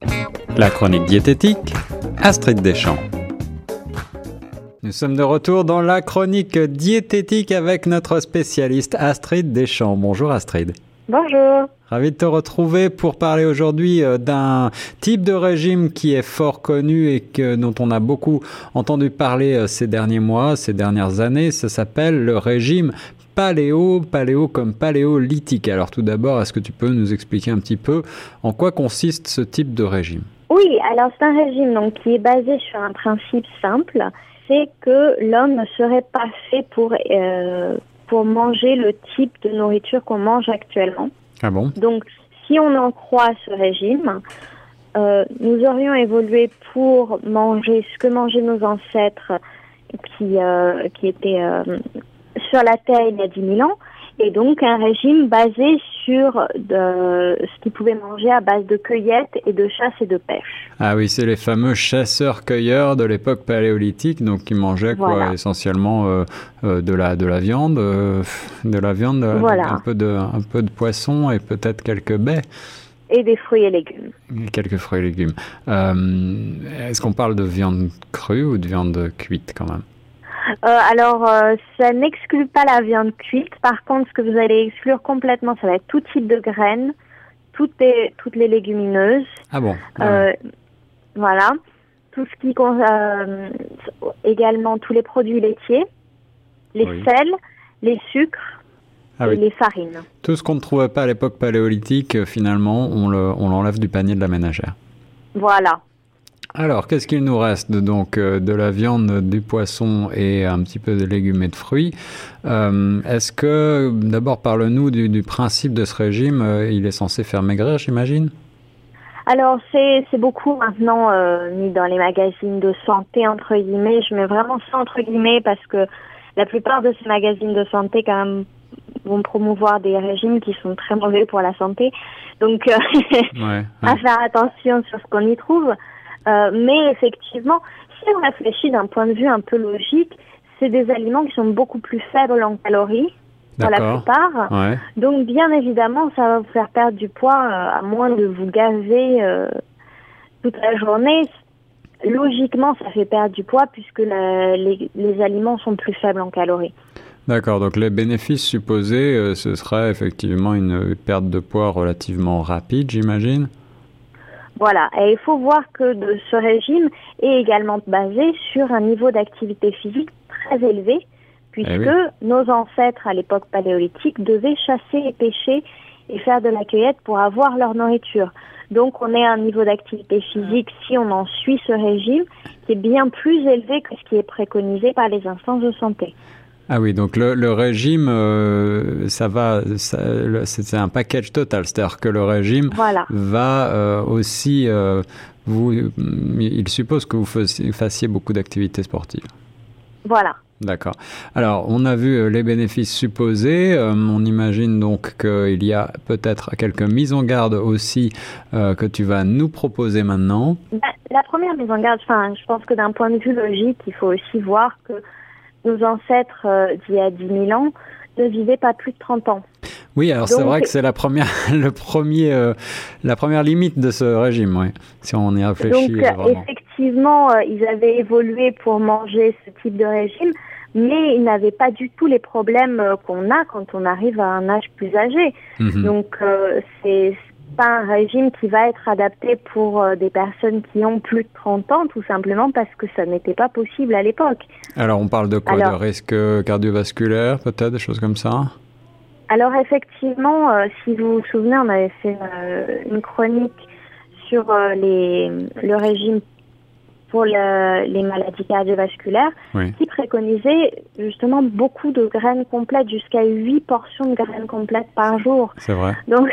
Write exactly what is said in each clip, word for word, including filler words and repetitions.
La chronique diététique, Astrid Deschamps. Nous sommes de retour dans la chronique diététique avec notre spécialiste Astrid Deschamps. Bonjour Astrid. Bonjour. Ravi de te retrouver pour parler aujourd'hui d'un type de régime qui est fort connu et que, dont on a beaucoup entendu parler ces derniers mois, ces dernières années. Ça s'appelle le régime paléo, paléo comme paléolithique. Alors tout d'abord, est-ce que tu peux nous expliquer un petit peu en quoi consiste ce type de régime? Oui, alors c'est un régime donc, qui est basé sur un principe simple, c'est que l'homme ne serait pas fait pour, euh, pour manger le type de nourriture qu'on mange actuellement. Ah bon? Donc si on en croit ce régime, euh, nous aurions évolué pour manger ce que mangeaient nos ancêtres qui, euh, qui étaient euh, sur la Terre il y a dix mille ans. Et donc un régime basé sur de, ce qu'ils pouvaient manger à base de cueillette et de chasse et de pêche. Ah oui, c'est les fameux chasseurs-cueilleurs de l'époque paléolithique, donc qui mangeaient quoi, voilà. essentiellement euh, euh, de la de la viande, euh, de la viande, voilà. un peu de un peu de poisson et peut-être quelques baies. Et des fruits et légumes. Et quelques fruits et légumes. Euh, est-ce qu'on parle de viande crue ou de viande cuite quand même? Euh, alors, euh, ça n'exclut pas la viande cuite. Par contre, ce que vous allez exclure complètement, ça va être tout type de graines, toutes les, toutes les légumineuses. Ah bon? Ah euh, ouais. Voilà. Tout ce qui euh, également tous les produits laitiers, les oui. sels, les sucres ah et oui. les farines. Tout ce qu'on ne trouvait pas à l'époque paléolithique, finalement, on, le, on l'enlève du panier de la ménagère. Voilà. Alors, qu'est-ce qu'il nous reste? Donc, euh, de la viande, du poisson et un petit peu de légumes et de fruits. Euh, est-ce que, d'abord, parle-nous du, du principe de ce régime. Euh, il est censé faire maigrir, j'imagine? Alors, c'est, c'est beaucoup maintenant euh, mis dans les magazines de santé, entre guillemets. Je mets vraiment ça entre guillemets parce que la plupart de ces magazines de santé, quand même, vont promouvoir des régimes qui sont très mauvais pour la santé. Donc, euh, ouais, ouais. à faire attention sur ce qu'on y trouve. Euh, mais effectivement, si on réfléchit d'un point de vue un peu logique, c'est des aliments qui sont beaucoup plus faibles en calories, pour la plupart. Ouais. Donc, bien évidemment, ça va vous faire perdre du poids, euh, à moins de vous gaver euh, toute la journée. Logiquement, ça fait perdre du poids puisque la, les, les aliments sont plus faibles en calories. D'accord, donc les bénéfices supposés, euh, ce serait effectivement une perte de poids relativement rapide, j'imagine? Voilà, et il faut voir que de ce régime est également basé sur un niveau d'activité physique très élevé, puisque eh oui. nos ancêtres à l'époque paléolithique devaient chasser et pêcher et faire de la cueillette pour avoir leur nourriture. Donc on est à un niveau d'activité physique, si on en suit ce régime, qui est bien plus élevé que ce qui est préconisé par les instances de santé. Ah oui, donc le, le régime, euh, ça va, ça, c'est, c'est un package total, c'est-à-dire que le régime voilà. va euh, aussi, euh, vous, il suppose que vous fassiez, fassiez beaucoup d'activités sportives. Voilà. D'accord. Alors, on a vu les bénéfices supposés. Euh, on imagine donc qu'il y a peut-être quelques mises en garde aussi euh, que tu vas nous proposer maintenant. La première mise en garde, enfin, je pense que d'un point de vue logique, il faut aussi voir que nos ancêtres euh, d'il y a dix mille ans ne vivaient pas plus de trente ans. Oui, alors donc, c'est vrai que c'est la première, le premier, euh, la première limite de ce régime, oui, si on y réfléchit. Donc, vraiment. effectivement, euh, ils avaient évolué pour manger ce type de régime, mais ils n'avaient pas du tout les problèmes euh, qu'on a quand on arrive à un âge plus âgé. Mm-hmm. Donc, euh, c'est pas un régime qui va être adapté pour euh, des personnes qui ont plus de trente ans, tout simplement parce que ça n'était pas possible à l'époque. Alors, on parle de quoi? Alors, de risque cardiovasculaire, peut-être, des choses comme ça? Alors, effectivement, euh, si vous vous souvenez, on avait fait une, une chronique sur euh, les, le régime pour le, les maladies cardiovasculaires, oui. qui préconisait justement beaucoup de graines complètes, jusqu'à huit portions de graines complètes par jour. C'est vrai. Donc,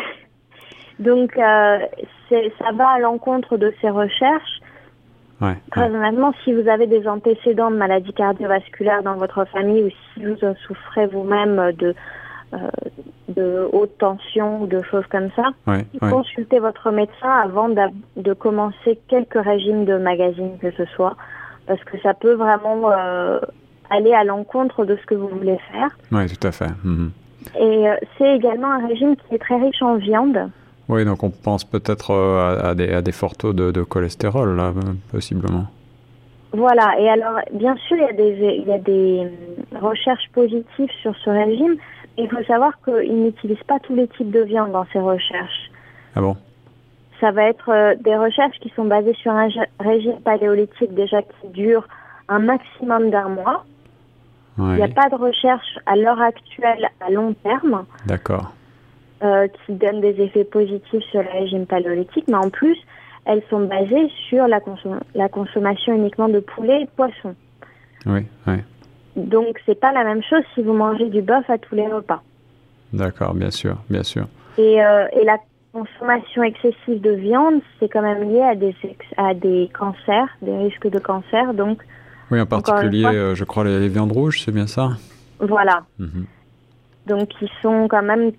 donc euh, c'est, ça va à l'encontre de ces recherches. Ouais, Très ouais. honnêtement, si vous avez des antécédents de maladies cardiovasculaires dans votre famille ou si vous en souffrez vous-même de, euh, de haute tension ou de choses comme ça, ouais, ouais. consultez votre médecin avant de, de commencer quelques régimes de magazine que ce soit, parce que ça peut vraiment euh, aller à l'encontre de ce que vous voulez faire. Oui, tout à fait. Mmh. Et euh, c'est également un régime qui est très riche en viande. Oui, donc on pense peut-être à, à, des, à des forts taux de, de cholestérol, là, possiblement. Voilà, et alors, bien sûr, il y a des, il y a des recherches positives sur ce régime, mais il faut savoir qu'ils n'utilisent pas tous les types de viande dans ces recherches. Ah bon? Ça va être euh, des recherches qui sont basées sur un régime paléolithique déjà qui dure un maximum d'un mois. Oui. Il n'y a pas de recherche à l'heure actuelle à long terme. D'accord. Euh, qui donnent des effets positifs sur le régime paléolithique, mais en plus, elles sont basées sur la, consom- la consommation uniquement de poulet et de poisson. Oui, oui. Donc, c'est pas la même chose si vous mangez du bœuf à tous les repas. D'accord, bien sûr, bien sûr. Et, euh, et la consommation excessive de viande, c'est quand même lié à des, ex- à des cancers, des risques de cancer. Donc, oui, en particulier, fois, euh, je crois, les, les viandes rouges, c'est bien ça? Voilà. Mm-hmm. Donc, ils sont quand même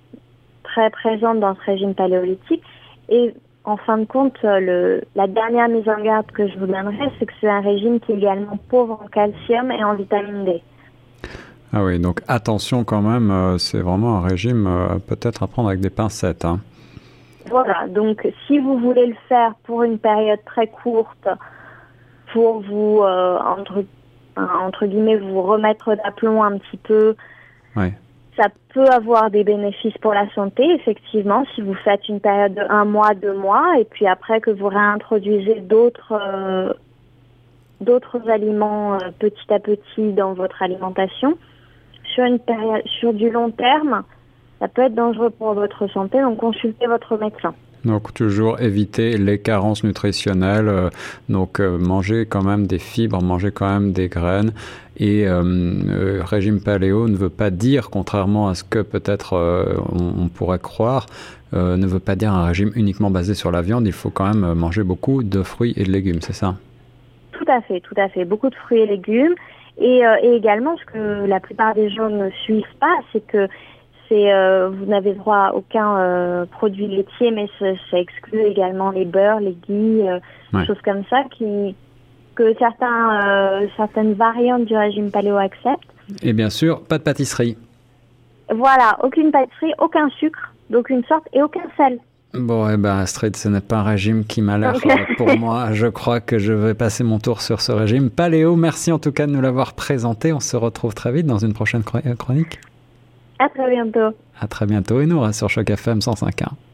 très présentes dans ce régime paléolithique. Et en fin de compte, le, la dernière mise en garde que je vous donnerai, c'est que c'est un régime qui est également pauvre en calcium et en vitamine D. Ah oui, donc attention quand même, euh, c'est vraiment un régime euh, peut-être à prendre avec des pincettes. Hein. Voilà, donc si vous voulez le faire pour une période très courte, pour vous, euh, entre, entre guillemets, vous remettre d'aplomb un petit peu, ouais. Ça peut avoir des bénéfices pour la santé, effectivement, si vous faites une période de un mois, deux mois, et puis après que vous réintroduisez d'autres euh, d'autres aliments euh, petit à petit dans votre alimentation. Sur une période, sur du long terme, ça peut être dangereux pour votre santé, donc consultez votre médecin. Donc toujours éviter les carences nutritionnelles, euh, donc euh, manger quand même des fibres, manger quand même des graines. Et euh, euh, régime paléo ne veut pas dire, contrairement à ce que peut-être euh, on, on pourrait croire, euh, ne veut pas dire un régime uniquement basé sur la viande. Il faut quand même manger beaucoup de fruits et de légumes, c'est ça? Tout à fait, tout à fait. Beaucoup de fruits et légumes. Et, euh, et également, ce que la plupart des gens ne suivent pas, c'est que c'est, euh, vous n'avez droit à aucun euh, produit laitier, mais ça, ça exclut également les beurres, les ghee, euh, ouais. des choses comme ça qui, que certains, euh, certaines variantes du régime paléo acceptent. Et bien sûr, pas de pâtisserie. Voilà, aucune pâtisserie, aucun sucre d'aucune sorte et aucun sel. Bon, eh ben Astrid, ce n'est pas un régime qui m'a l'air okay. pour moi. Je crois que je vais passer mon tour sur ce régime paléo. Merci en tout cas de nous l'avoir présenté. On se retrouve très vite dans une prochaine chronique. À très bientôt. À très bientôt et nous, on reste sur Choc F M cent cinq point un.